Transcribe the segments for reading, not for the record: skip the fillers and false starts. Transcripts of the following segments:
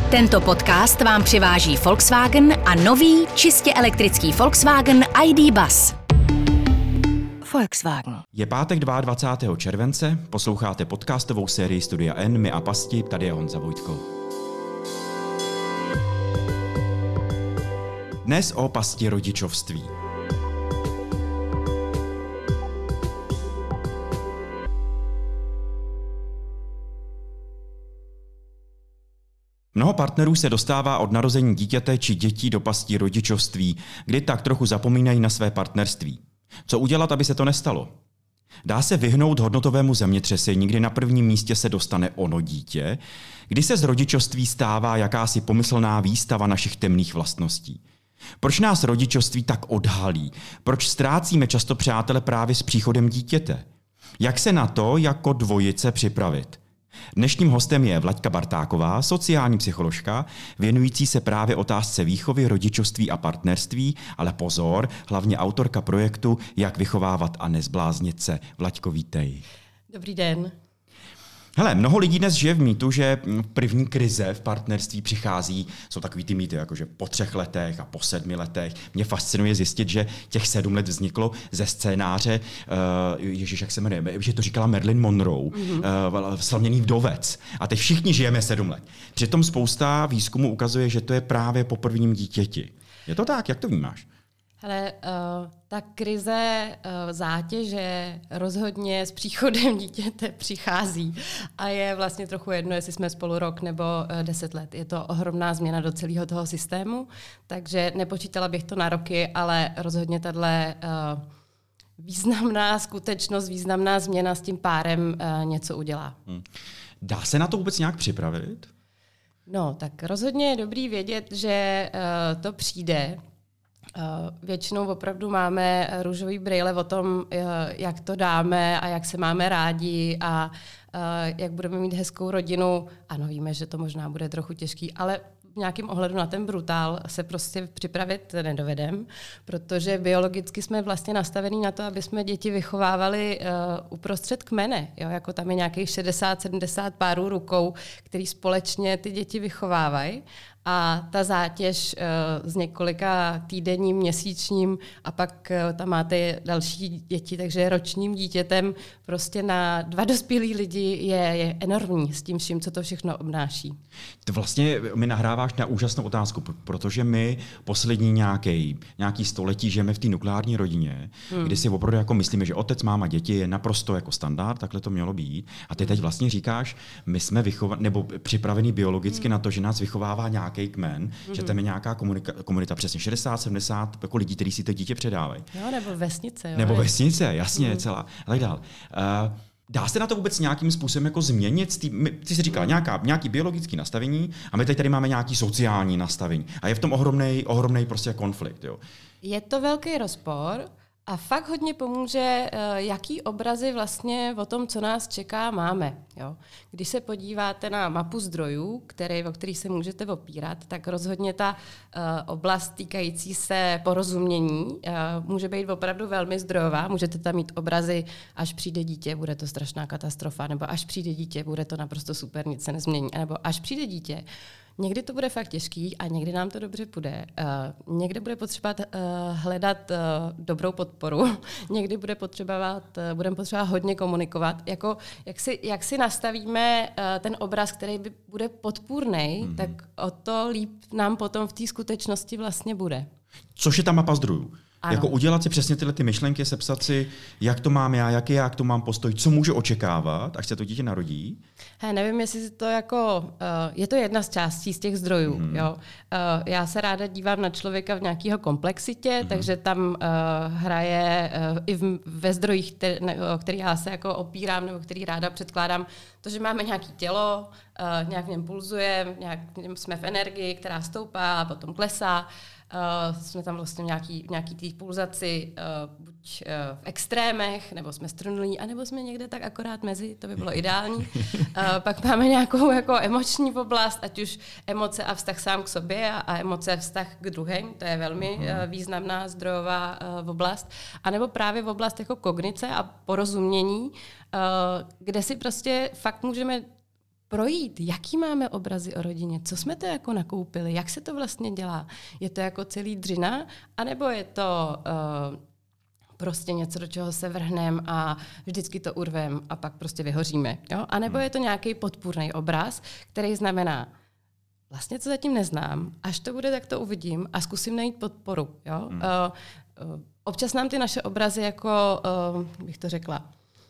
Tento podcast vám přiváží Volkswagen a nový, čistě elektrický Volkswagen ID. Bus. Volkswagen. Je pátek 22. července, posloucháte podcastovou sérii Studia N, My a pasti, tady je Honza Vojtko. Dnes o pasti rodičovství. Mnoho partnerů se dostává od narození dítěte či dětí do pasti rodičovství, kdy tak trochu zapomínají na své partnerství. Co udělat, aby se to nestalo? Dá se vyhnout hodnotovému zemětřesení, kdy na prvním místě se dostane ono dítě, kdy se z rodičovství stává jakási pomyslná výstava našich temných vlastností. Proč nás rodičovství tak odhalí? Proč ztrácíme často přátele právě s příchodem dítěte? Jak se na to jako dvojice připravit? Dnešním hostem je Vlaďka Bartáková, sociální psycholožka, věnující se právě otázce výchovy, rodičovství a partnerství, ale pozor, hlavně autorka projektu Jak vychovávat a nezbláznit se. Vlaďko, vítej. Dobrý den. Hele, mnoho lidí dnes žije v mýtu, že první krize v partnerství přichází, jsou takový ty mýty, jakože po 3 letech a po 7 letech. Mě fascinuje zjistit, že těch 7 let vzniklo ze scénáře, ježiš, jak se jmenuje, že to říkala Marilyn Monroe, Slaměný vdovec. A teď všichni žijeme 7 let. Přitom spousta výzkumu ukazuje, že to je právě po prvním dítěti. Je to tak? Jak to vnímáš? Hele, ta krize zátěže rozhodně s příchodem dítěte přichází a je vlastně trochu jedno, jestli jsme spolu rok nebo 10 let. Je to ohromná změna do celého toho systému, takže nepočítala bych to na roky, ale rozhodně tahle významná skutečnost, významná změna s tím párem něco udělá. Dá se na to vůbec nějak připravit? No, tak rozhodně je dobrý vědět, že to přijde. Většinou opravdu máme růžový brejle o tom, jak to dáme a jak se máme rádi a jak budeme mít hezkou rodinu. Ano, víme, že to možná bude trochu těžký, ale v nějakém ohledu na ten brutál se prostě připravit nedovedem, protože biologicky jsme vlastně nastavení na to, aby jsme děti vychovávali uprostřed kmene. Jo? Jako tam je nějakých 60-70 párů rukou, který společně ty děti vychovávají. A ta zátěž s několika týdenním, měsíčním a pak tam máte další děti, takže ročním dítětem prostě na 2 dospělí lidi je enormní s tím vším, co to všechno obnáší. Ty vlastně mi nahráváš na úžasnou otázku, protože my poslední nějaký století žijeme v té nukleární rodině, kdy si opravdu jako myslíme, že otec, máma, děti je naprosto jako standard, takhle to mělo být. A ty teď vlastně říkáš, my jsme připraveni biologicky na to, že nás vychovává nějaký kmen, že tam je nějaká komunita, přesně 60-70 jako lidí, kteří si to dítě předávají. Jo, nebo vesnice. Jo, nebo vesnice, jasně, celá. Ale dál. Dá se na to vůbec nějakým způsobem jako změnit? Ty jsi říkal, nějaký biologický nastavení a my teď tady máme nějaký sociální nastavení. A je v tom ohromnej prostě konflikt. Jo. Je to velký rozpor. A fakt hodně pomůže, jaký obrazy vlastně o tom, co nás čeká, máme. Jo? Když se podíváte na mapu zdrojů, o kterých se můžete opírat, tak rozhodně ta oblast týkající se porozumění může být opravdu velmi zdrojová. Můžete tam mít obrazy, až přijde dítě, bude to strašná katastrofa, nebo až přijde dítě, bude to naprosto super, nic se nezmění, nebo až přijde dítě. Někdy to bude fakt těžký a někdy nám to dobře půjde. Někdy bude potřeba hledat dobrou podporu, někdy budeme potřebovat hodně komunikovat. Jako, jak si nastavíme ten obraz, který bude podpůrnej, tak o to líp nám potom v té skutečnosti vlastně bude. Což je ta mapa zdrojů. Ano. Jako udělat si přesně tyhle ty myšlenky, sepsat si, jak to mám já, jaký já k tomu mám postoj, co můžu očekávat, až se to dítě narodí. Nevím, jestli to jako, je to jedna z částí z těch zdrojů. Jo. Já se ráda dívám na člověka v nějakého komplexitě, takže tam hraje i ve zdrojích, který já se jako opírám nebo který ráda předkládám, to, že máme nějaké tělo, nějak v něm pulzuje, nějak v něm jsme v energii, která stoupá a potom klesá. Jsme tam vlastně nějaký té pulzaci buď v extrémech, nebo jsme strnulí, anebo jsme někde tak akorát mezi, to by bylo ideální. Pak máme nějakou jako emoční oblast, ať už emoce a vztah sám k sobě a emoce a vztah k druhým, to je velmi významná zdrojová oblast. A nebo právě v oblast jako kognice a porozumění, kde si prostě fakt můžeme projít, jaký máme obrazy o rodině, co jsme to jako nakoupili, jak se to vlastně dělá. Je to jako celý dřina, anebo je to prostě něco, do čeho se vrhneme a vždycky to urvem a pak prostě vyhoříme. Jo? A nebo je to nějaký podpůrný obraz, který znamená, vlastně co zatím neznám, až to bude, tak to uvidím a zkusím najít podporu. Jo? Občas nám ty naše obrazy jako, bych to řekla,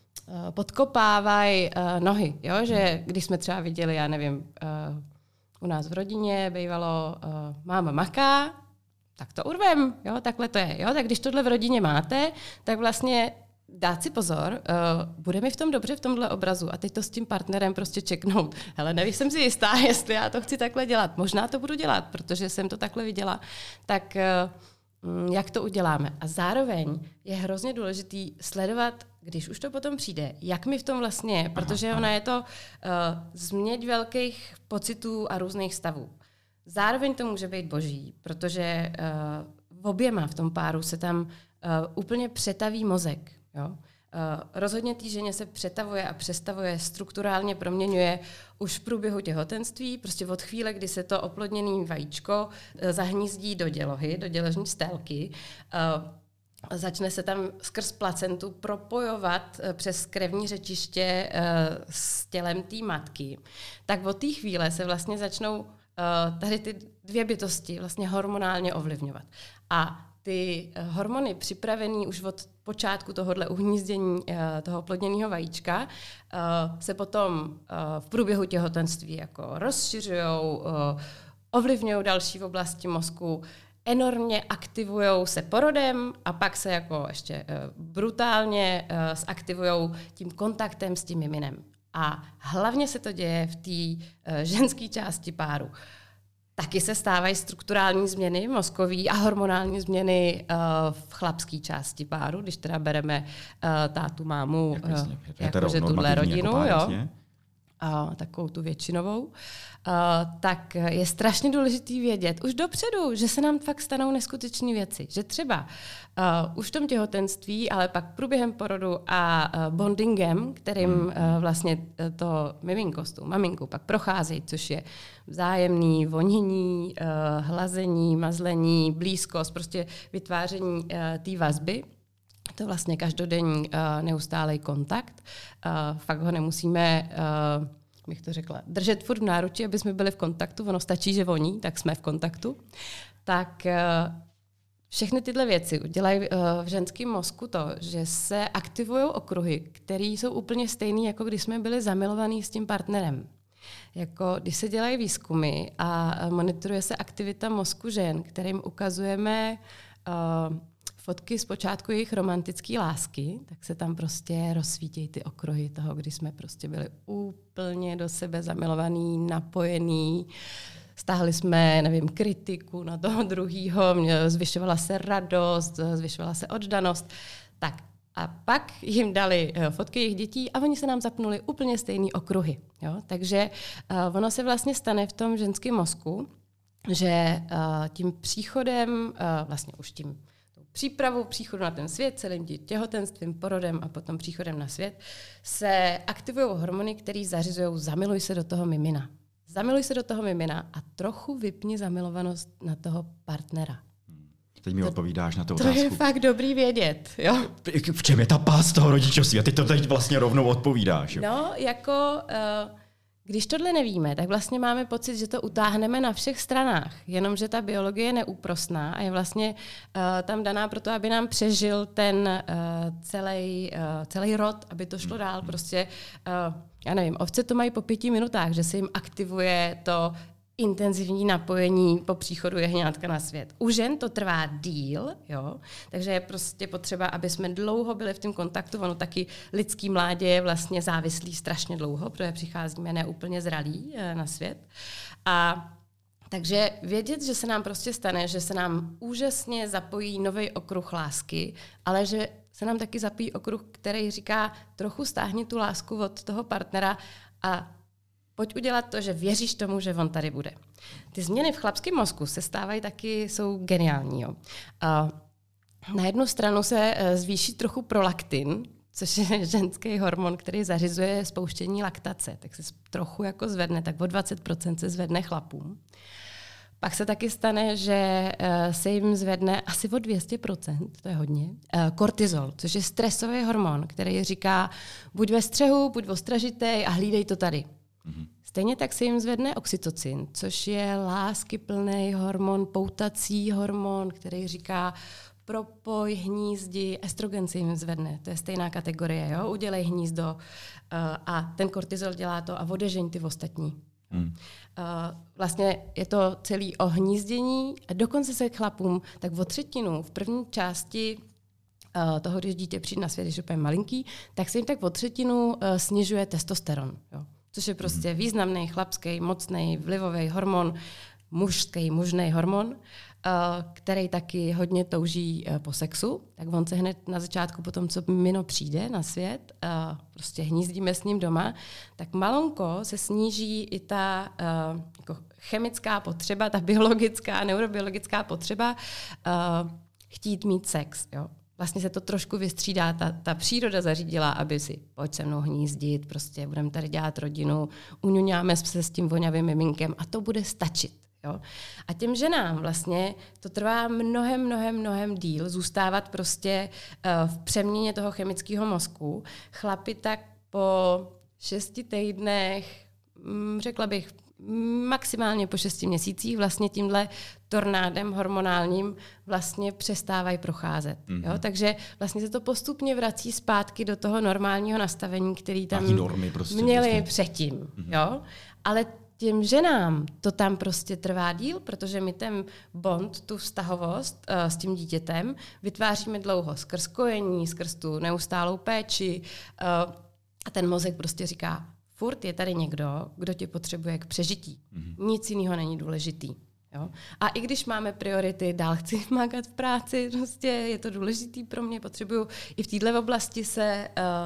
podkopávají nohy. Jo? Že když jsme třeba viděli, já nevím, u nás v rodině bývalo máma maká, tak to urvem, jo, takhle to je. Jo? Tak když tohle v rodině máte, tak vlastně dát si pozor, bude mi v tom dobře v tomhle obrazu a teď to s tím partnerem prostě čeknout. Hele, nevím, jsem si jistá, jestli já to chci takhle dělat. Možná to budu dělat, protože jsem to takhle viděla. Tak jak to uděláme? A zároveň je hrozně důležitý sledovat, když už to potom přijde, jak mi v tom vlastně je, protože ona je to změť velkých pocitů a různých stavů. Zároveň to může být boží, protože v oběma v tom páru se tam úplně přetaví mozek. Jo? Rozhodně té ženě se přetavuje a přestavuje, strukturálně proměňuje už v průběhu těhotenství, prostě od chvíle, kdy se to oplodněné vajíčko zahnízdí do dělohy, do děložní stélky, začne se tam skrz placentu propojovat přes krevní řečiště s tělem té matky, tak od té chvíle se vlastně začnou tady ty dvě bytosti vlastně hormonálně ovlivňovat. A ty hormony připravené už od počátku tohohle uhnízdění toho oplodněného vajíčka se potom v průběhu těhotenství jako rozšiřujou, ovlivňují další v oblasti mozku, enormně aktivujou se porodem a pak se jako ještě brutálně zaktivujou tím kontaktem s tím miminem. A hlavně se to děje v té ženské části páru. Taky se stávají strukturální změny mozkový a hormonální změny v chlapské části páru, když teda bereme tátu, mámu, jakože tuhle rodinu, jo, takovou tu většinovou, tak je strašně důležitý vědět už dopředu, že se nám fakt stanou neskutečné věci. Že třeba už v tom těhotenství, ale pak průběhem porodu a bondingem, kterým vlastně to miminko s tou maminkou pak procházejí, což je vzájemný vonění, hlazení, mazlení, blízkost, prostě vytváření té vazby. To vlastně každodenní neustálej kontakt. Fakt ho nemusíme, bych to řekla, držet furt v náruči, aby jsme byli v kontaktu. Ono stačí, že voní, tak jsme v kontaktu. Tak všechny tyhle věci udělají v ženském mozku to, že se aktivují okruhy, které jsou úplně stejné, jako když jsme byli zamilovaní s tím partnerem. Jako když se dělají výzkumy a monitoruje se aktivita mozku žen, kterým ukazujeme fotky z počátku jejich romantické lásky, tak se tam prostě rozsvítějí ty okruhy toho, kdy jsme prostě byli úplně do sebe zamilovaný, napojení, stáhli jsme, nevím, kritiku na toho druhýho, zvyšovala se radost, zvyšovala se oddanost. Tak a pak jim dali fotky jejich dětí a oni se nám zapnuli úplně stejný okruhy. Jo? Takže ono se vlastně stane v tom ženském mozku, že tím příchodem, vlastně už tím přípravou příchodu na ten svět, celým těhotenstvím, porodem a potom příchodem na svět, se aktivují hormony, které zařizují zamiluj se do toho mimina. Zamiluj se do toho mimina a trochu vypni zamilovanost na toho partnera. Teď mi odpovídáš na tu otázku. To je fakt dobrý vědět. Jo? V čem je ta pás toho rodičovství? A ty to teď vlastně rovnou odpovídáš. Jo? No, jako když tohle nevíme, tak vlastně máme pocit, že to utáhneme na všech stranách. Jenomže ta biologie je neúprosná a je vlastně tam daná proto, aby nám přežil ten celý rod, aby to šlo dál. Prostě, já nevím, ovce to mají po 5 minutách, že se jim aktivuje to intenzivní napojení po příchodu jehňátka na svět. U žen to trvá díl, jo? Takže je prostě potřeba, aby jsme dlouho byli v tom kontaktu. Ono taky lidský mládě je vlastně závislý strašně dlouho, protože přicházíme neúplně zralí na svět. A takže vědět, že se nám prostě stane, že se nám úžasně zapojí nový okruh lásky, ale že se nám taky zapojí okruh, který říká, trochu stáhni tu lásku od toho partnera a pojď udělat to, že věříš tomu, že on tady bude. Ty změny v chlapském mozku se stávají taky, jsou geniální. Jo. Na jednu stranu se zvýší trochu prolaktin, což je ženský hormon, který zařizuje spouštění laktace, tak se trochu jako zvedne, tak o 20% se zvedne chlapům. Pak se taky stane, že se jim zvedne asi o 200%, to je hodně, kortizol, což je stresový hormon, který říká buď ve střehu, buď ostražitej a hlídej to tady. Mm-hmm. Stejně tak se jim zvedne oxytocin, což je láskyplný hormon, poutací hormon, který říká propoj, hnízdi, estrogen se jim zvedne, to je stejná kategorie, jo? Udělej hnízdo a ten kortizol dělá to a odežeň ty ostatní. Vlastně je to celý o hnízdění a dokonce se chlapům tak o třetinu v první části toho, když dítě přijde na svět, když je úplně malinký, tak se jim tak o třetinu snižuje testosteron, jo? Což je prostě významný chlapský, mocný, vlivový hormon, mužný hormon, který taky hodně touží po sexu, tak on se hned na začátku, potom co mimino přijde na svět, prostě hnízdíme s ním doma, tak malonko se sníží i ta jako chemická potřeba, ta biologická, neurobiologická potřeba chtít mít sex. Jo. Vlastně se to trošku vystřídá, ta příroda zařídila, aby si pojď se mnou hnízdit, prostě budeme tady dělat rodinu, uňuňáme se s tím vonavým miminkem a to bude stačit. Jo? A těm ženám vlastně to trvá mnohem díl zůstávat prostě v přeměně toho chemického mozku. Chlapi tak po 6 týdnech, řekla bych maximálně po 6 měsících vlastně tímhle tornádem hormonálním vlastně přestávají procházet. Jo? Takže vlastně se to postupně vrací zpátky do toho normálního nastavení, který tam normy prostě, měli předtím. Jo? Ale těm ženám to tam prostě trvá díl, protože my ten bond, tu vztahovost s tím dítětem vytváříme dlouho skrz kojení, skrz tu neustálou péči a ten mozek prostě říká, furt je tady někdo, kdo tě potřebuje k přežití. Nic jiného není důležitý. Jo? A i když máme priority, dál chci mákat v práci, prostě je to důležitý pro mě, potřebuju i v této oblasti se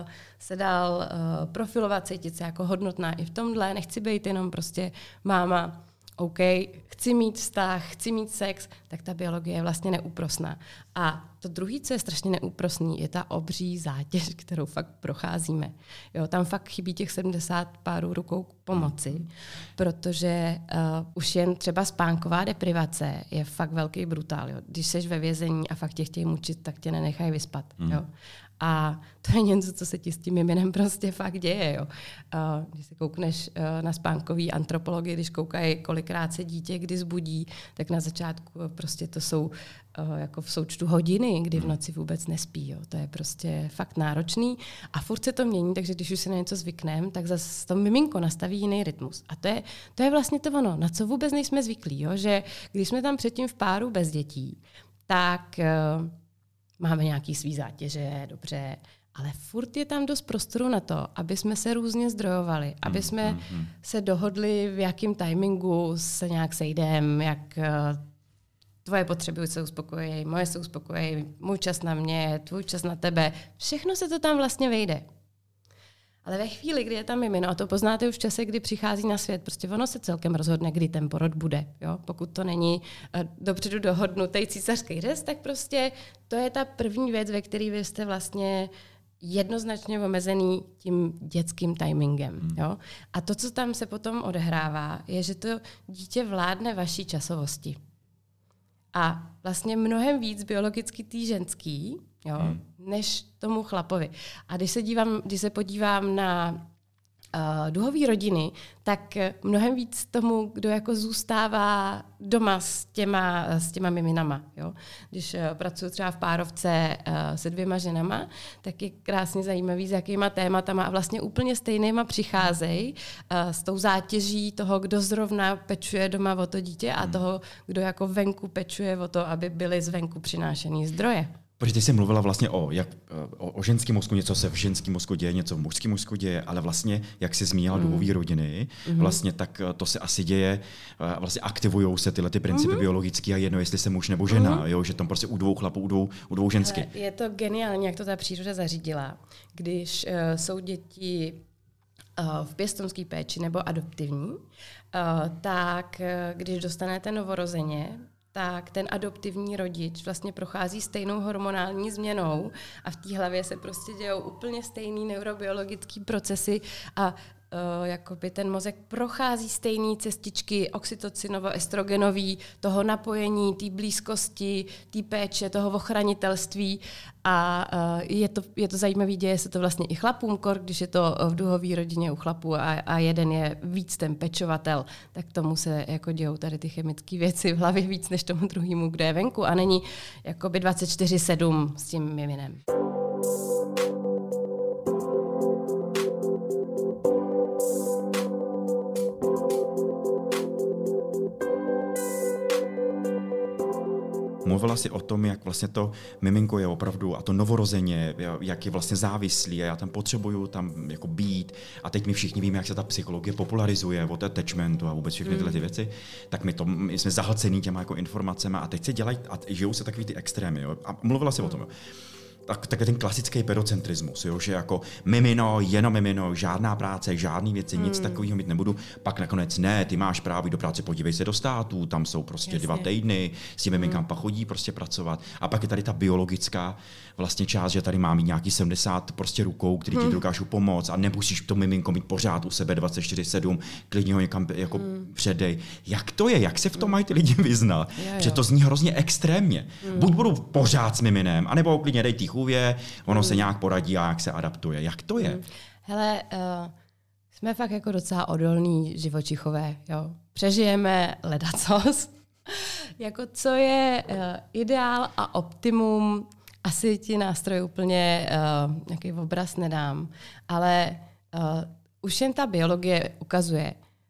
dál profilovat, cítit se jako hodnotná i v tomhle, nechci být jenom prostě máma, OK, chci mít vztah, chci mít sex, tak ta biologie je vlastně neúprosná. A to druhé, co je strašně neúprosný, je ta obří zátěž, kterou fakt procházíme. Jo, tam fakt chybí těch 70 párů rukou k pomoci, protože už jen třeba spánková deprivace je fakt velký brutál. Jo. Když seš ve vězení a fakt tě chtějí mučit, tak tě nenechají vyspat. Jo. A to je něco, co se ti s tím miminem prostě fakt děje. Jo. Když se koukneš na spánkový antropologii, když koukají, kolikrát se dítě kdy zbudí, tak na začátku prostě to jsou jako v součtu hodiny, kdy v noci vůbec nespí. Jo. To je prostě fakt náročný a furt se to mění, takže když už se na něco zvykneme, tak zase to miminko nastaví jiný rytmus. A to je vlastně to ono, na co vůbec nejsme zvyklí. Jo. Že když jsme tam předtím v páru bez dětí, tak máme nějaký svý zátěže, dobře, ale furt je tam dost prostoru na to, aby jsme se různě zdrojovali, aby jsme se dohodli, v jakém timingu se nějak sejdeme, jak tvoje potřeby se uspokojí, moje se uspokojí, můj čas na mě, tvůj čas na tebe. Všechno se to tam vlastně vejde. Ale ve chvíli, kdy je tam mimino, a to poznáte už v čase, kdy přichází na svět, prostě ono se celkem rozhodne, kdy ten porod bude. Jo? Pokud to není dopředu dohodnutý císařský řez, tak prostě to je ta první věc, ve které vy jste vlastně jednoznačně omezený tím dětským timingem. Jo? A to, co tam se potom odehrává, je, že to dítě vládne vaší časovosti. A vlastně mnohem víc biologicky tý ženský, jo, než tomu chlapovi. A když se podívám na duhový rodiny, tak mnohem víc tomu, kdo jako zůstává doma s těma miminama. Jo? Když pracuji třeba v párovce se 2 ženama, tak je krásně zajímavý, s jakýma tématama a vlastně úplně stejnýma přicházejí s tou zátěží toho, kdo zrovna pečuje doma o to dítě a toho, kdo jako venku pečuje o to, aby byly zvenku přinášený zdroje. Protože ty jsi mluvila vlastně o ženském mozku, něco se v ženském mozku děje, něco v mužském mozku děje, ale vlastně, jak jsi zmínila duhový rodiny, vlastně tak to se asi děje, vlastně aktivujou se tyhle ty principy biologické a jedno, jestli se muž nebo žena, jo, že tam prostě u 2 chlapů, u 2 žensky. Je to geniální, jak to ta příroda zařídila. Když jsou děti v pěstounské péči nebo adoptivní, tak když dostanete novorozeně, tak ten adoptivní rodič vlastně prochází stejnou hormonální změnou a v té hlavě se prostě dějou úplně stejný neurobiologický procesy a jakoby ten mozek prochází stejné cestičky oxytocinovo-estrogenový, toho napojení, té blízkosti, té péče, toho ochranitelství a je to zajímavé, děje se to vlastně i chlapům, když je to v duhové rodině u chlapů a jeden je víc ten pečovatel, tak tomu se jako dějou tady ty chemické věci v hlavě víc než tomu druhému, kde je venku a není jakoby 24/7 s tím miminem. Mluvila si o tom, jak vlastně to miminko je opravdu, a to novorozeně, jak je vlastně závislý a já tam potřebuju tam jako být. A teď my všichni víme, jak se ta psychologie popularizuje od attachmentu a vůbec všechny tyhle ty věci. Tak my jsme zahlcený těma jako informacemi a teď se dělají a žijou se takový ty extrémy. Jo? A mluvila si o tom. Jo? Takový ten klasický pedocentrismus, jo, že jako mimino, jenom mimino, žádná práce, žádný věci, nic takového mít nebudu. Pak nakonec ne, ty máš právo do práce, podívej se do států, tam jsou prostě 2 týdny, s tím miminkám chodí prostě pracovat. A pak je tady ta biologická vlastně část, že tady má mít nějaký 70 prostě rukou, který ti dokážou pomoct a nemusíš to miminko mít pořád u sebe 24/7, klidně ho někam jako předej. Jak to je? Jak se v tom mají ty lidi vyznat? Že to zní hrozně extrémně. Buď budu pořád s miminem, anebo klidně dej tý chůvě, ono se nějak poradí a jak se adaptuje. Jak to je? Hele, jsme fakt jako docela odolní živočichové. Jo? Přežijeme ledacos. Jako co je ideál a optimum, asi ti nástroj úplně nějaký obraz nedám, ale už jen ta biologie ukazuje,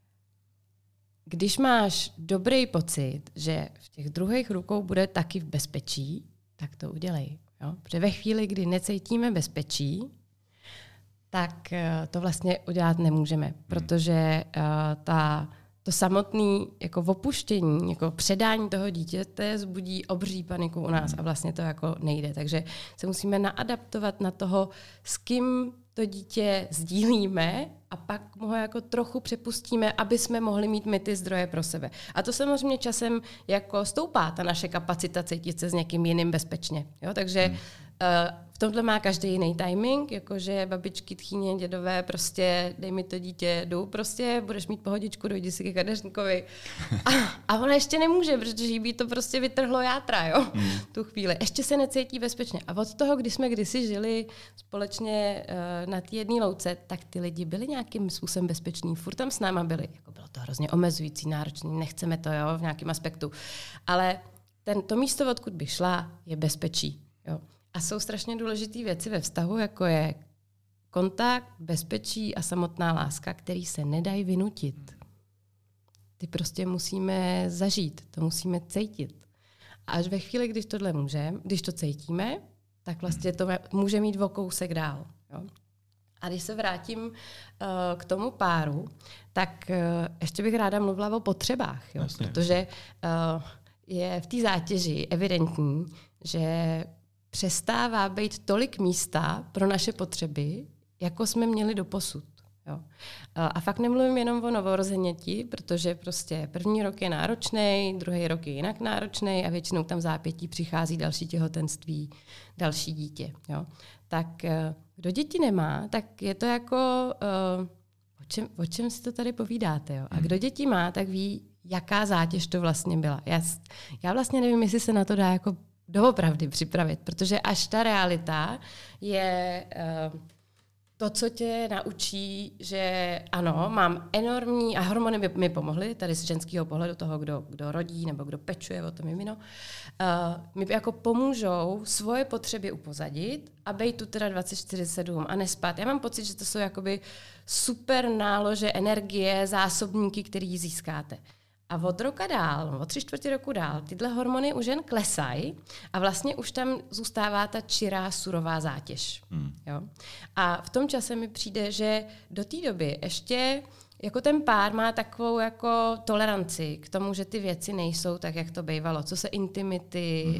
když máš dobrý pocit, že v těch druhých rukou bude taky v bezpečí, tak to udělej. Jo? Protože ve chvíli, kdy necítíme bezpečí, tak to vlastně udělat nemůžeme, protože to samotné jako opuštění, jako předání toho dítěte zbudí obří paniku u nás a vlastně to jako nejde. Takže se musíme naadaptovat na toho, s kým to dítě sdílíme a pak mu ho jako trochu přepustíme, aby jsme mohli mít my ty zdroje pro sebe. A to samozřejmě časem jako stoupá ta naše kapacita cítit se s někým jiným bezpečně. Jo? Takže v tomhle má každý jiný timing, jakože babičky, tchýně, dědové, prostě dej mi to dítě, jdu, prostě budeš mít pohodičku, dojdi si ke kadeřníkovi. A ona ještě nemůže, protože jí by to prostě vytrhlo játra, jo, tu chvíli. Ještě se necítí bezpečně. A od toho, když jsme kdysi žili společně na té jedné louce, tak ty lidi byli nějakým způsobem bezpeční, furt tam s náma byli. Jako bylo to hrozně omezující, náročný, nechceme to, jo, v nějakém aspektu. Ale to místo, odkud by šla, je bezpečí, jo. A jsou strašně důležité věci ve vztahu, jako je kontakt, bezpečí a samotná láska, který se nedají vynutit. Ty prostě musíme zažít, to musíme cítit. A až ve chvíli, když to cítíme, tak vlastně to může mít o kousek dál. Jo? A když se vrátím k tomu páru, tak ještě bych ráda mluvila o potřebách, jo? Protože je v té zátěži evidentní, že přestává být tolik místa pro naše potřeby, jako jsme měli doposud. Jo. A fakt nemluvím jenom o novorozeněti, protože prostě první rok je náročný, druhý rok je jinak náročný a většinou tam zápětí přichází další těhotenství, další dítě. Jo. Tak kdo děti nemá, tak je to jako, o čem si to tady povídáte. Jo. A kdo děti má, tak ví, jaká zátěž to vlastně byla. Já vlastně nevím, jestli se na to dá jako doopravdy připravit, protože až ta realita je to, co tě naučí, že ano, mám enormní, a hormony mi pomohly, tady z ženského pohledu toho, kdo rodí nebo kdo pečuje o to mimino, mi jako pomůžou svoje potřeby upozadit a bejt tu teda 24/7 a nespat. Já mám pocit, že to jsou jakoby super nálože energie, zásobníky, který získáte. A od roka dál, od 3/4 roku dál, tyhle hormony u žen klesají a vlastně už tam zůstává ta čirá, surová zátěž. Jo? A v tom čase mi přijde, že do té doby ještě jako ten pár má takovou jako toleranci k tomu, že ty věci nejsou tak, jak to bývalo. Co se intimity,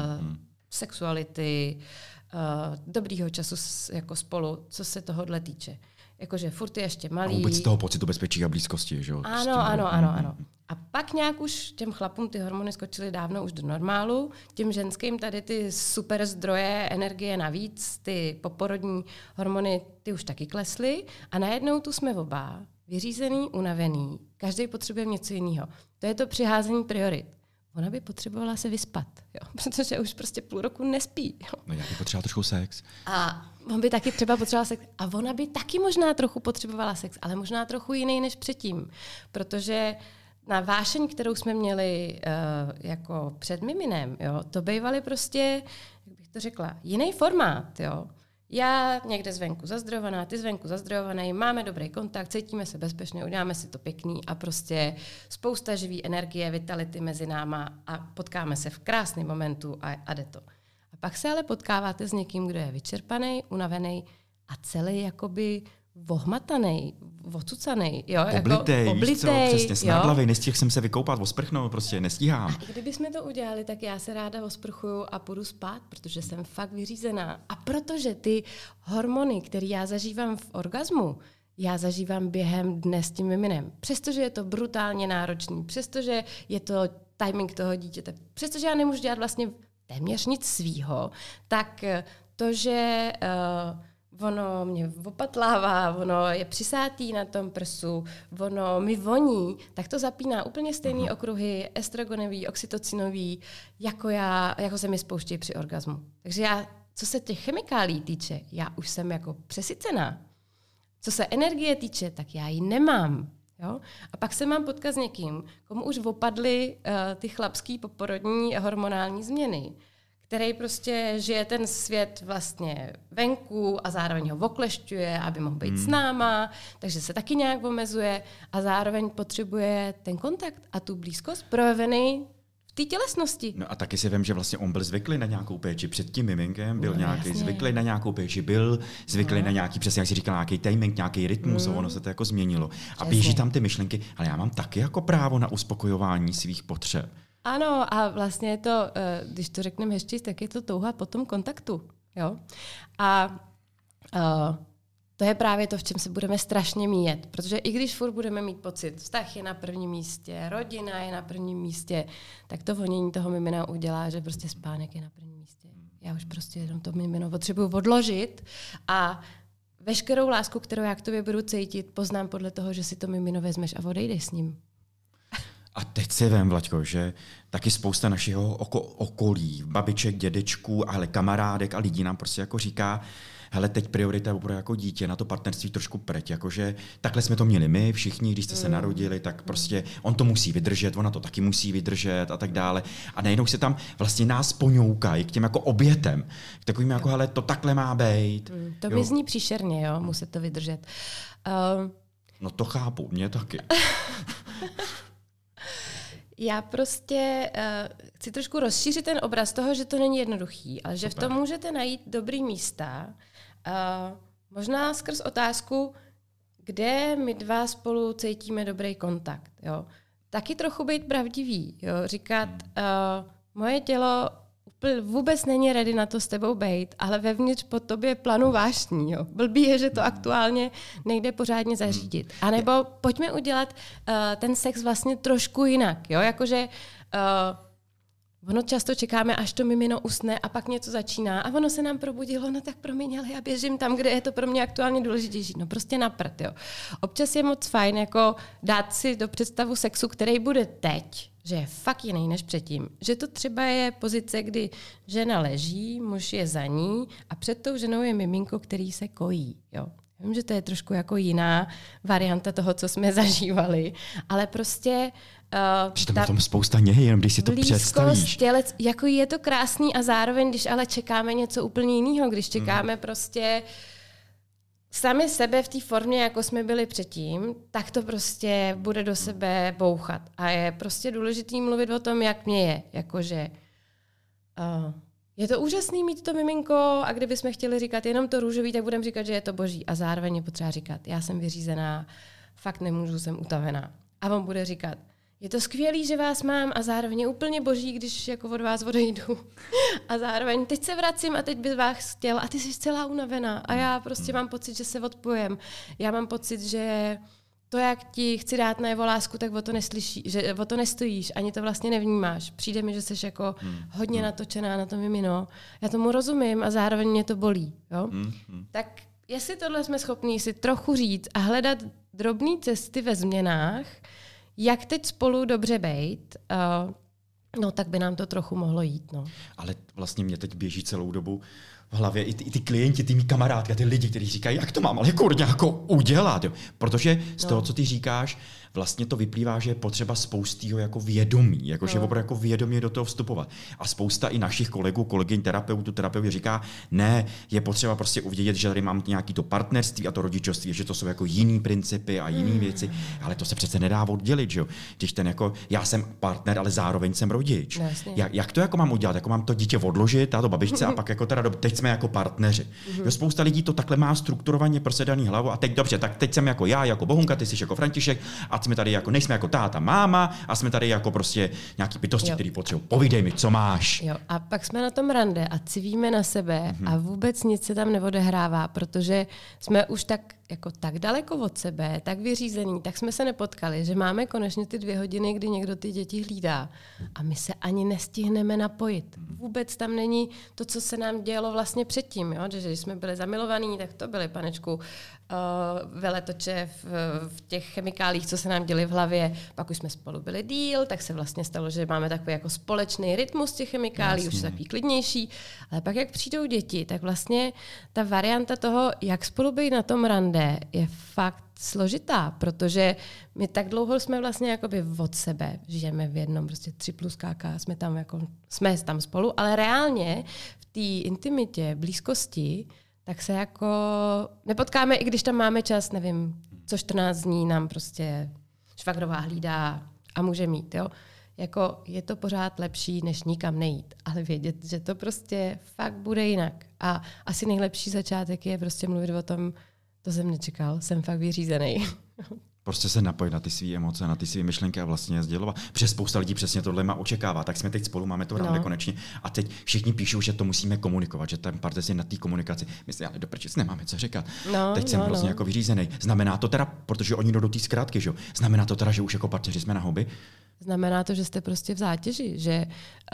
sexuality, dobrýho času jako spolu, co se tohodle týče. Jakože furt je ještě malý. A vůbec toho pocitu bezpečí a blízkosti, že jo? Ano. A pak nějak už těm chlapům ty hormony skočily dávno už do normálu, těm ženským tady ty super zdroje energie navíc, ty poporodní hormony, ty už taky klesly a najednou tu jsme oba vyřízený, unavený, každý potřebuje něco jiného. To je to přiházení priorit. Ona by potřebovala se vyspat, jo? Protože už prostě půl roku nespí. Jo? No já bych potřebovala trošku sex. A on by taky třeba potřeboval sex. A ona by taky možná trochu potřebovala sex, ale možná trochu jiný než předtím. Protože na vášeň, kterou jsme měli jako před miminem, jo, to bývaly prostě, jak bych to řekla, jiný formát. Jo? Já někde zvenku zazdrojovaná, ty zvenku zazdrojovaný, máme dobrý kontakt, cítíme se bezpečně, uděláme si to pěkný a prostě spousta živý energie, vitality mezi náma a potkáme se v krásném momentu a jde to. A pak se ale potkáváte s někým, kdo je vyčerpaný, unavený a celý jakoby vohmatanej, ocucanej, jo, oblitej, jako víš co, přesně snadlavej, nestihl jsem se vykoupat, osprchnout, prostě nestíhám. A kdybychom to udělali, tak já se ráda osprchuju a půjdu spát, protože jsem fakt vyřízená. A protože ty hormony, které já zažívám v orgazmu, já zažívám během dne s tím miminem. Přestože je to brutálně náročný, přestože je to timing toho dítěte, přestože já nemůžu dělat vlastně téměř nic svýho, tak to, že ono mě opatlává, ono je přisátý na tom prsu, ono mi voní, tak to zapíná úplně stejné okruhy estrogenový, oxytocinový, jako se mi spouští při orgazmu. Takže já, co se těch chemikálí týče, já už jsem jako přesycená. Co se energie týče, tak já ji nemám. Jo? A pak se mám potkat s někým, komu už opadly ty chlapský poporodní hormonální změny, který prostě žije ten svět vlastně venku a zároveň ho oklešťuje, aby mohl být s náma, takže se taky nějak omezuje a zároveň potřebuje ten kontakt a tu blízkost projevený v té tělesnosti. No a taky si vím, že vlastně on byl zvyklý na nějakou péči před tím miminkem, byl nějaký zvyklý na nějakou péči, byl zvyklý na nějaký, přesně jak si říkal, nějaký timing, nějaký rytmus, ono se to jako změnilo. A běží tam ty myšlenky, ale já mám taky jako právo na uspokojování svých potřeb. Ano, a vlastně je to, když to řekneme ještě, tak je to touha po tom kontaktu. Jo? A to je právě to, v čem se budeme strašně míjet. Protože i když furt budeme mít pocit, vztah je na prvním místě, rodina je na prvním místě, tak to vonění toho mimina udělá, že prostě spánek je na prvním místě. Já už prostě jenom to mimino potřebuju odložit a veškerou lásku, kterou já k tobě budu cítit, poznám podle toho, že si to mimino vezmeš a odejdeš s ním. A teď si vem, Vlaďko, že taky spousta našeho okolí, babiček, dědečků, ale kamarádek a lidí nám prostě jako říká, hele, teď priorita je opravdu jako dítě, na to partnerství trošku preť, jakože takhle jsme to měli my všichni, když jste se narodili, tak prostě on to musí vydržet, ona to taky musí vydržet a tak dále. A najednou se tam vlastně nás ponoukají k těm jako obětem, k takovým jako, hele, to takhle má být. To mi zní příšerně, jo, muset to vydržet. No to chápu, mě taky. Já prostě chci trošku rozšířit ten obraz toho, že to není jednoduchý, ale že v tom můžete najít dobrý místa. Možná skrz otázku, kde my dva spolu cítíme dobrý kontakt. Jo? Taky trochu být pravdivý. Jo? Říkat, moje tělo vůbec není ready na to s tebou bejt, ale vevnitř po tobě planu vášní. Jo? Blbý je, že to aktuálně nejde pořádně zařídit. A nebo pojďme udělat ten sex vlastně trošku jinak. Jo? Jakože ono často čekáme, až to mimino usne a pak něco začíná a ono se nám probudilo, no tak promiň, ale já běžím tam, kde je to pro mě aktuálně důležitější. No prostě na prd, jo. Občas je moc fajn jako dát si do představu sexu, který bude teď, že je fakt jiný než předtím. Že to třeba je pozice, kdy žena leží, muž je za ní a před tou ženou je miminko, který se kojí, jo. Vím, že to je trošku jako jiná varianta toho, co jsme zažívali, ale prostě tam je v tom spousta něhy, jenom když si to představíš. Tělec, jako je to krásný a zároveň, když ale čekáme něco úplně jiného, když čekáme prostě sami sebe v té formě, jako jsme byli předtím, tak to prostě bude do sebe bouchat. A je prostě důležitý mluvit o tom, jak mě je. Jakože je to úžasný mít to miminko a kdybychom chtěli říkat jenom to růžový, tak budeme říkat, že je to boží. A zároveň je potřeba říkat, já jsem vyřízená, fakt nemůžu, jsem utavená. A on bude říkat, je to skvělý, že vás mám a zároveň je úplně boží, když jako od vás odejdu. A zároveň teď se vracím a teď bych vás chtěl a ty jsi celá unavená. A já prostě mám pocit, že se odpojem. Já mám pocit, že to, jak ti chci dát najevo lásku, tak o to nestojíš, ani to vlastně nevnímáš. Přijde mi, že jsi jako hodně natočená na to mimino. Já tomu rozumím a zároveň mě to bolí. Jo? Tak jestli tohle jsme schopní si trochu říct a hledat drobné cesty ve změnách, jak teď spolu dobře bejt, no tak by nám to trochu mohlo jít. No. Ale vlastně mě teď běží celou dobu v hlavě i ty klienti, ty mý kamarádky, ty lidi, kteří říkají, jak to mám ale kurňa jako udělat. Jo. Protože z toho, co ty říkáš, vlastně to vyplývá, že je potřeba spoustýho jako vědomí, jakože opravdu jako vědomě do toho vstupovat. A spousta i našich kolegů, kolegyň, terapeutů říká, ne, je potřeba prostě uvidět, že tady mám nějaký to partnerství a to rodičovství, že to jsou jako jiný principy a jiné věci, ale to se přece nedá oddělit, že jo. Když ten jako, já jsem partner, ale zároveň jsem rodič. Jak to jako mám udělat? Jako mám to dítě odložit, táto babičce a pak jako teda teď jsme jako partneři. Jo, spousta lidí to takhle má strukturovaně prosedaný hlavu a teď dobře, tak teď jsem jako já, jako Bohunka, ty jsi jako František a jsme tady jako, nejsme jako táta, máma a jsme tady jako prostě nějaký bytosti, který potřebují. Povídej mi, co máš. Jo, a pak jsme na tom rande a civíme na sebe a vůbec nic se tam neodehrává, protože jsme už tak daleko od sebe, tak vyřízený, tak jsme se nepotkali, že máme konečně ty 2 hodiny, kdy někdo ty děti hlídá a my se ani nestihneme napojit. Vůbec tam není to, co se nám dělo vlastně předtím, jo? Že když jsme byli zamilovaní, tak to byly, panečku, veletoče v těch chemikálích, co se nám děli v hlavě. Pak už jsme spolu byli díl, tak se vlastně stalo, že máme takový jako společný rytmus těch chemikálí, už takový klidnější. Ale pak, jak přijdou děti, tak vlastně ta varianta toho, jak spolu být na tom rande, je fakt složitá, protože my tak dlouho jsme vlastně jakoby od sebe, žijeme v jednom prostě 3+KK, jsme tam spolu, ale reálně v té intimitě, blízkosti, tak se jako nepotkáme, i když tam máme čas, nevím, co 14 dní nám prostě švagrová hlídá a může mít, jo. Jako je to pořád lepší, než nikam nejít, ale vědět, že to prostě fakt bude jinak. A asi nejlepší začátek je prostě mluvit o tom, to jsem nečekal, jsem fakt vyřízený. Prostě se napojit na ty své emoce, na ty své myšlenky a vlastně je sdělovat. Přes spousta lidí přesně tohle má očekává. Tak jsme teď spolu, máme to rande konečně. A teď všichni píšou, že to musíme komunikovat, že ten partner je na té komunikaci. My si ale do prčic nemáme co říkat. Teď jsem hrozně jako vyřízený. Znamená to teda, protože oni jdou do té zkrátky, že? Znamená to teda, že už jako partneři jsme na hobby? Znamená to, že jste prostě v zátěži, že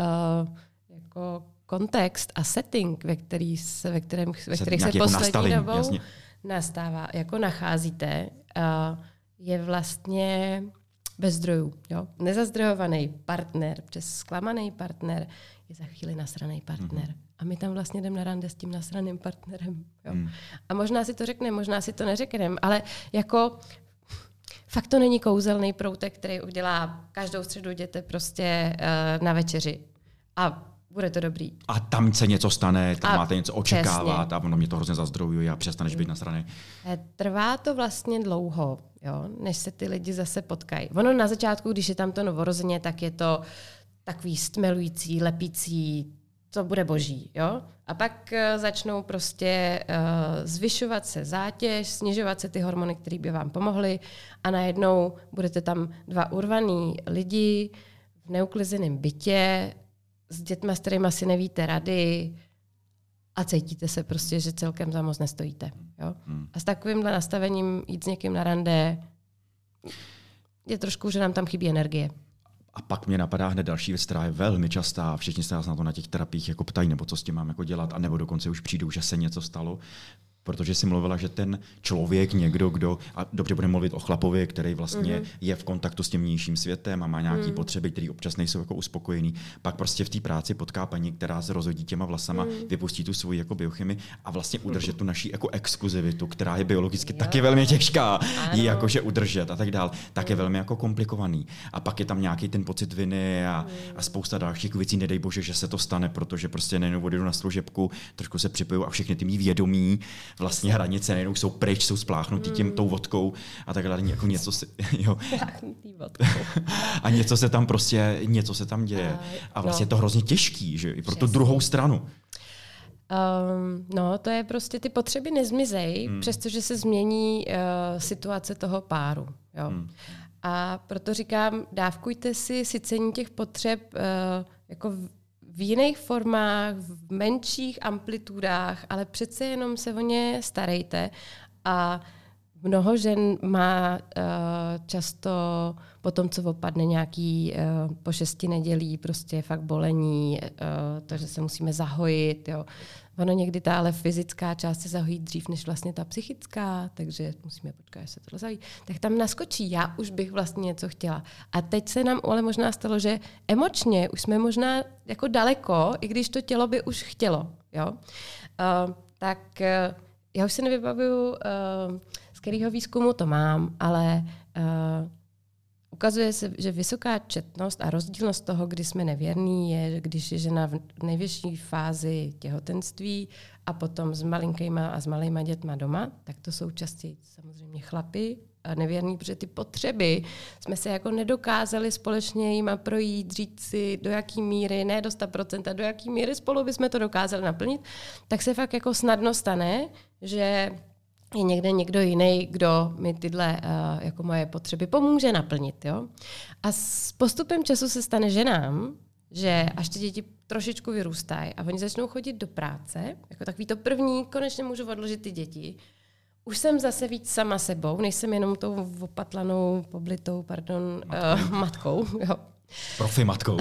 jako kontext a setting, ve kterých se poslední dobou nastává, jako nacházíte, je vlastně bez zdrojů. Jo? Nezazdrojovaný partner, přes zklamaný partner je za chvíli nasraný partner. A my tam vlastně jdeme na rande s tím nasraným partnerem. Jo? A možná si to řekneme, možná si to neřekneme, ale jako fakt to není kouzelný proutek, který udělá každou středu jděte prostě na večeři. A bude to dobrý. A tam se něco stane, tam máte něco očekávat a ono mě to hrozně zazdrojuje a přestaneš být nasraný. Trvá to vlastně dlouho, jo, než se ty lidi zase potkají. Ono na začátku, když je tam to novorozeně, tak je to takový stmelující, lepící, to bude boží. Jo? A pak začnou prostě zvyšovat se zátěž, snižovat se ty hormony, které by vám pomohly a najednou budete tam 2 urvaný lidi v neuklizeném bytě, s dětma, s kterými si nevíte rady a cítíte se prostě, že celkem za moc nestojíte. Jo? A s takovýmhle nastavením jít s někým na rande je trošku, že nám tam chybí energie. A pak mě napadá hned další věc, která je velmi častá. Všichni se nás na to na těch terapiích jako ptají, nebo co s tím mám jako dělat, a nebo dokonce už přijdou, že se něco stalo. Protože si mluvila, že ten člověk, někdo, kdo, a dobře budeme mluvit o chlapovi, který vlastně je v kontaktu s tím vnějším světem a má nějaké potřeby, které občas nejsou jako uspokojený, pak prostě v té práci potká paní, která se rozhodí těma vlasama, vypustí tu svoji jako biochemii a vlastně udržet tu naší jako exkluzivitu, která je biologicky taky velmi těžká, ji jakože udržet a tak dál, tak je velmi jako komplikovaný. A pak je tam nějaký ten pocit viny a spousta dalších věcí, nedej bože, že se to stane, protože prostě nejenom odjedu na služebku, trošku se připoju a všechny ty mý vědomí vlastně hranice nejenom jsou pryč, jsou spláchnutý tou vodkou a takhle jako něco se, jo. A něco se tam prostě, něco se tam děje. A vlastně je to hrozně těžký, že i pro tu druhou stranu. No, to je prostě, ty potřeby nezmizej, přestože se změní situace toho páru. Jo. A proto říkám, dávkujte si sycení těch potřeb jako v jiných formách, v menších amplitudách, ale přece jenom se o ně starejte a Mnoho žen má často po tom, co opadne nějaký po 6 nedělí, prostě fakt bolení, to, že se musíme zahojit. Jo. Ono někdy ta ale fyzická část se zahojí dřív, než vlastně ta psychická, takže musíme počkat, až se tohle zahojí. Tak tam naskočí, já už bych vlastně něco chtěla. A teď se nám ale možná stalo, že emočně už jsme možná jako daleko, i když to tělo by už chtělo. Jo. Tak já už se nevybavuju, z kterého výzkumu to mám, ale ukazuje se, že vysoká četnost a rozdílnost toho, kdy jsme nevěrní, je, že když je žena v nejvyšší fázi těhotenství a potom s malinkýma a s malýma dětma doma, tak to jsou častěji samozřejmě chlapi a nevěrní, protože ty potřeby jsme se jako nedokázali společně jima projít, říct si, do jaký míry, ne do 100%, do jaký míry spolu bychom to dokázali naplnit, tak se fakt jako snadno stane, že je někde někdo jiný, kdo mi tyhle jako moje potřeby pomůže naplnit. Jo? A s postupem času se stane ženám, že až ty děti trošičku vyrůstají a oni začnou chodit do práce, jako takový to první, konečně můžu odložit ty děti, už jsem zase víc sama sebou, nejsem jenom tou opatlanou, poblitou, matkou. Jo. Profi matkou.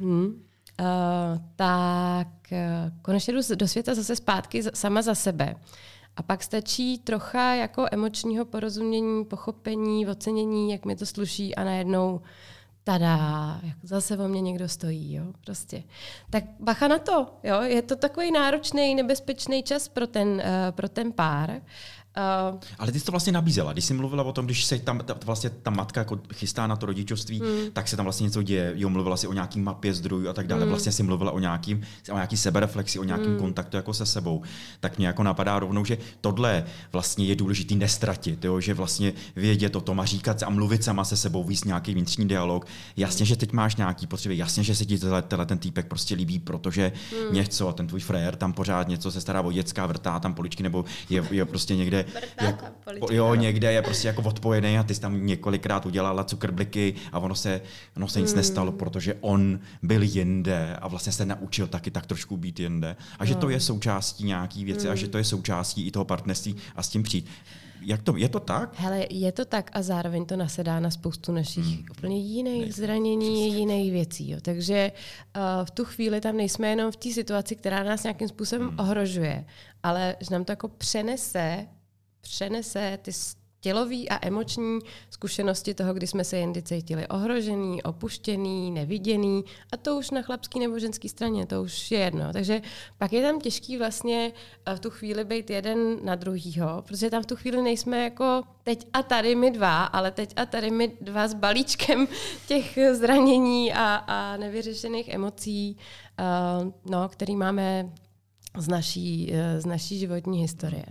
Tak konečně jdu do světa zase zpátky sama za sebe. A pak stačí trocha jako emočního porozumění, pochopení, ocenění, jak mi to sluší a najednou tada, zase o mě někdo stojí, jo, prostě. Tak bacha na to, jo, je to takový náročný, nebezpečný čas pro ten pár. Ale ty jsi to vlastně nabízela, když jsi mluvila o tom, když se tam vlastně ta matka jako chystá na to rodičovství, tak se tam vlastně něco děje. Jo, mluvila si o nějaký mapě zdrojů a tak dále. Vlastně si mluvila o nějaký sebereflexi, o nějakým kontaktu jako se sebou. Tak mě jako napadá rovnou, že tohle vlastně je důležitý nestratit, jo, že vlastně vědět o tom a říkat a mluvit sama se sebou, víc nějaký vnitřní dialog. Jasně, že teď máš nějaký potřeby, jasně, že se ti ten týpek prostě líbí, protože něco a ten tvůj frér tam pořád něco se stará o děcka, vrtá tam poličky nebo je prostě někde někde je prostě jako odpojený a ty jsi tam několikrát udělala cukrbliky a ono se nic nestalo, protože on byl jinde a vlastně se naučil taky tak trošku být jinde. A že to je součástí nějaký věci a že to je součástí i toho partnerství a s tím přijít. Je to tak? Hele, je to tak a zároveň to nasedá na spoustu našich úplně jiných zranění, jiných věcí. Jo. Takže v tu chvíli tam nejsme jenom v té situaci, která nás nějakým způsobem ohrožuje, ale že nám to jako přenese ty tělové a emoční zkušenosti toho, kdy jsme se jindy cítili ohrožený, opuštěný, neviděný a to už na chlapský nebo ženský straně, to už je jedno. Takže pak je tam těžký vlastně v tu chvíli být jeden na druhýho, protože tam v tu chvíli nejsme jako teď a tady my dva, ale teď a tady my dva s balíčkem těch zranění a nevyřešených emocí, který máme z naší životní historie.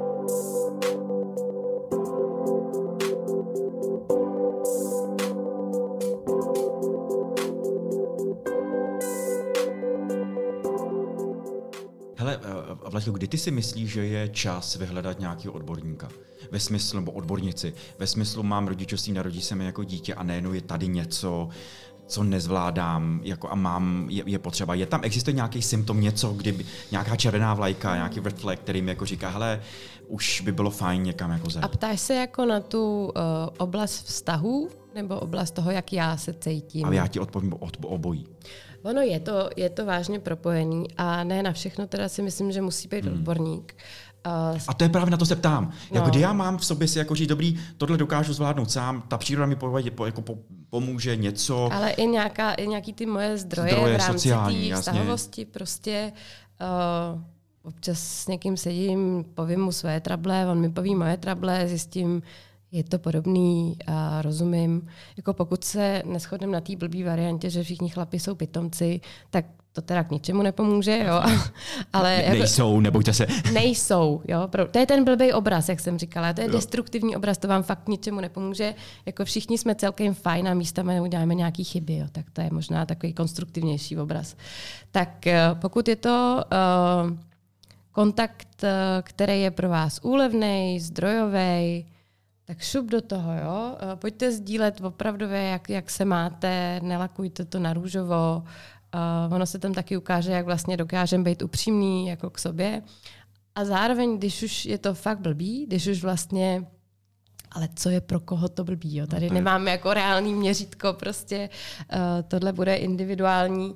Hele, Vlaďko, kdy ty si myslíš, že je čas vyhledat nějakého odborníka? Ve smyslu, nebo odbornici, ve smyslu mám rodičovství, narodí se mi jako dítě a nejenom je tady něco, co nezvládám, jako a mám, je potřeba. Existuje nějaký symptom, něco, kdyby nějaká červená vlajka, nějaký red flag, který mi jako říká, hele, už by bylo fajn někam jako zajít. A ptáš se jako na tu oblast vztahů, nebo oblast toho, jak já se cítím? A já ti odpovím obojí. Ono je to vážně propojený a ne na všechno teda si myslím, že musí být odborník. A to je právě na to se ptám. Jako, kdy já mám v sobě si jako říct, dobrý, tohle dokážu zvládnout sám, ta příroda mi pomůže něco. Ale i nějaký ty moje zdroje v rámci té vztahovosti. Prostě občas s někým sedím, povím mu své trable, on mi poví moje trable, zjistím, je to podobný a rozumím. Jako pokud se neshodneme na té blbý variantě, že všichni chlapi jsou pitomci, tak to teda k ničemu nepomůže, jo. Ale nejsou, nebojte se. Nejsou, jo. To je ten blbej obraz, jak jsem říkala. To je destruktivní obraz, to vám fakt k ničemu nepomůže. Jako všichni jsme celkem fajn a místami uděláme nějaký chyby, jo. Tak to je možná takový konstruktivnější obraz. Tak pokud je to kontakt, který je pro vás úlevnej, zdrojovej, tak šup do toho, jo. Pojďte sdílet opravdově, jak se máte, nelakujte to na růžovo. Ono se tam taky ukáže, jak vlastně dokážeme být upřímný jako k sobě. A zároveň, když už je to fakt blbý, když už vlastně ale co je pro koho to blbý. Jo? Tady nemáme jako reálný měřítko, prostě tohle bude individuální.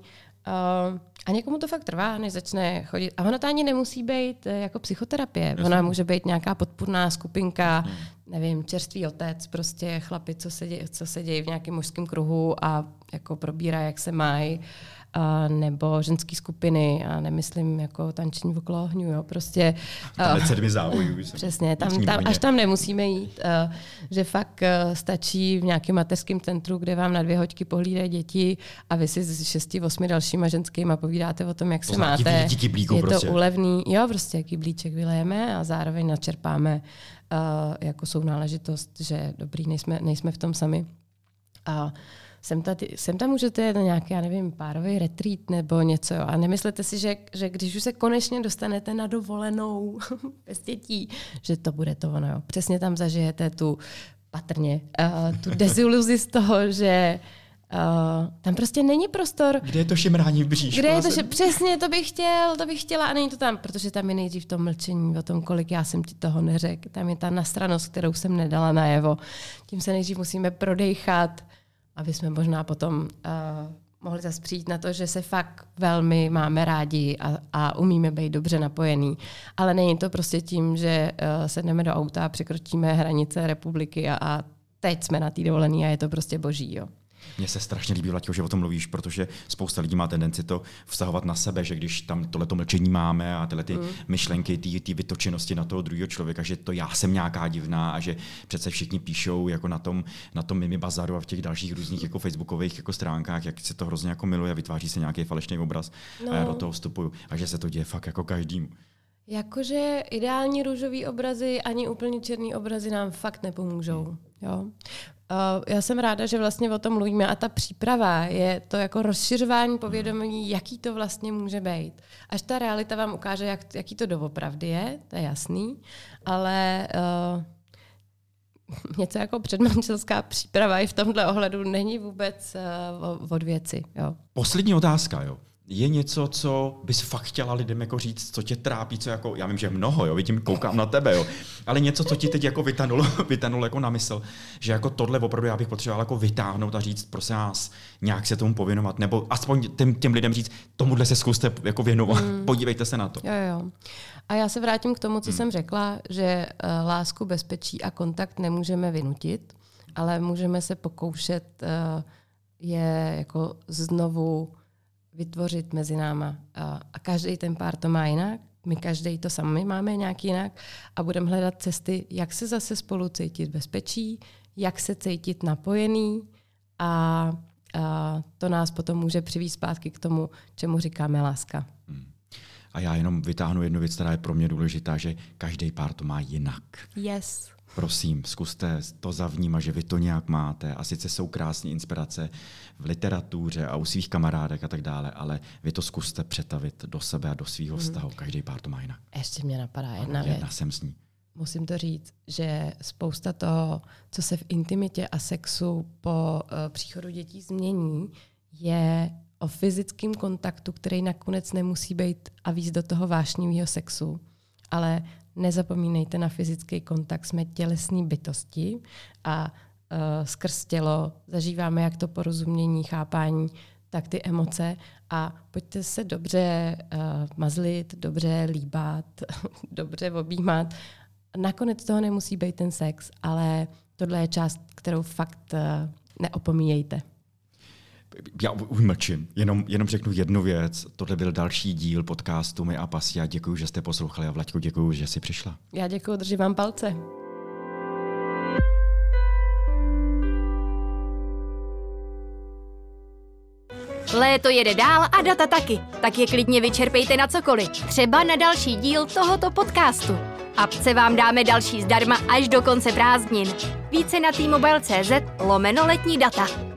A někomu to fakt trvá, než začne chodit. A ono to ani nemusí být jako psychoterapie. Ona může být nějaká podpůrná skupinka, nevím, čerstvý otec, prostě chlapi, co se dějí v nějakém mužském kruhu a jako probírá, jak se mají. Nebo ženský skupiny, a nemyslím jako tančení okolo ohňu, jo, prostě. Tam 7 závojů. Přesně, až tam nemusíme jít, že fakt stačí v nějakém mateřském centru, kde vám na 2 hoďky pohlídají děti a vy si s 6-8 dalšíma ženskýma povídáte o tom, jak se máte. Je to úlevný, jo, prostě kyblíček vylejeme a zároveň načerpáme jako sounáležitost, že dobrý, nejsme v tom sami. A sem tam můžete jít na nějaký, já nevím, párový retreat nebo něco. Jo. A nemyslete si, že když už se konečně dostanete na dovolenou bez dětí, že to bude to ono. Jo. Přesně tam zažijete tu deziluzi z toho, že tam prostě není prostor. Kde je to šimrání v bříšku? Přesně, to bych chtěla a není to tam, protože tam je nejdřív to mlčení o tom, kolik já jsem ti toho neřekl. Tam je ta nastranost, kterou jsem nedala najevo. Tím se nejdřív musíme prodejchat, aby jsme možná potom mohli zase přijít na to, že se fakt velmi máme rádi a umíme být dobře napojení. Ale není to prostě tím, že sedneme do auta a překročíme hranice republiky a teď jsme na té dovolený a je to prostě boží. Jo. Mně se strašně líbí, Vlaďo, že o tom mluvíš, protože spousta lidí má tendenci to vztahovat na sebe, že když tam tohleto mlčení máme a tyhle ty myšlenky, ty vytočenosti na toho druhého člověka, že to já jsem nějaká divná a že přece všichni píšou jako na tom Mimi Bazaru a v těch dalších různých jako facebookových jako stránkách, jak se to hrozně jako miluje a vytváří se nějaký falešný obraz a já do toho vstupuju a že se to děje fakt jako každému. Jakože ideální růžový obrazy ani úplně černý obrazy nám fakt nepomůžou. Jo? Já jsem ráda, že vlastně o tom mluvíme a ta příprava je to jako rozšiřování povědomí, jaký to vlastně může být. Až ta realita vám ukáže, jaký to doopravdy je, to je jasný, ale něco jako předmanželská příprava i v tomhle ohledu není vůbec od věci. Jo. Poslední otázka, jo. Je něco, co bys fakt chtěla lidem jako říct, co tě trápí, co jako, já vím, že mnoho, jo, vidím, koukám na tebe, jo, ale něco, co ti teď jako vytanulo jako na mysl, že jako tohle opravdu já bych potřeboval jako vytáhnout a říct, prosím vás, nějak se tomu pověnovat, nebo aspoň těm lidem říct, tomuhle se zkuste jako věnovat, podívejte se na to. Jo. A já se vrátím k tomu, co jsem řekla, že lásku, bezpečí a kontakt nemůžeme vynutit, ale můžeme se pokoušet je jako znovu vytvořit mezi náma. A každý ten pár to má jinak, my každý to sami máme nějak jinak a budeme hledat cesty, jak se zase spolu cítit bezpečí, jak se cítit napojený a to nás potom může přivést zpátky k tomu, čemu říkáme láska. A já jenom vytáhnu jednu věc, která je pro mě důležitá, že každý pár to má jinak. Yes. Prosím, zkuste to zavnímat, že vy to nějak máte. A sice jsou krásné inspirace v literatuře a u svých kamarádek a tak dále, ale vy to zkuste přetavit do sebe a do svého vztahu. Každý pár to má jinak. Ještě mě napadá jedna věc. Jsem s ní. Musím to říct, že spousta toho, co se v intimitě a sexu po příchodu dětí změní, je o fyzickém kontaktu, který nakonec nemusí být a víc do toho vášnivého sexu. Ale nezapomínejte na fyzický kontakt, jsme tělesní bytosti a skrz tělo zažíváme jak to porozumění, chápání, tak ty emoce a pojďte se dobře mazlit, dobře líbat, dobře objímat. Nakonec toho nemusí být ten sex, ale tohle je část, kterou fakt neopomíjejte. Já už mlčím, jenom řeknu jednu věc. Tohle byl další díl podcastu My a Pasi. Já děkuji, že jste poslouchali a Vlaďko, děkuji, že jsi přišla. Já děkuji, držím vám palce. Léto jede dál a data taky, tak je klidně vyčerpejte na cokoliv, třeba na další díl tohoto podcastu. Apce vám dáme další zdarma až do konce prázdnin. Více na t-mobile.cz/letní data.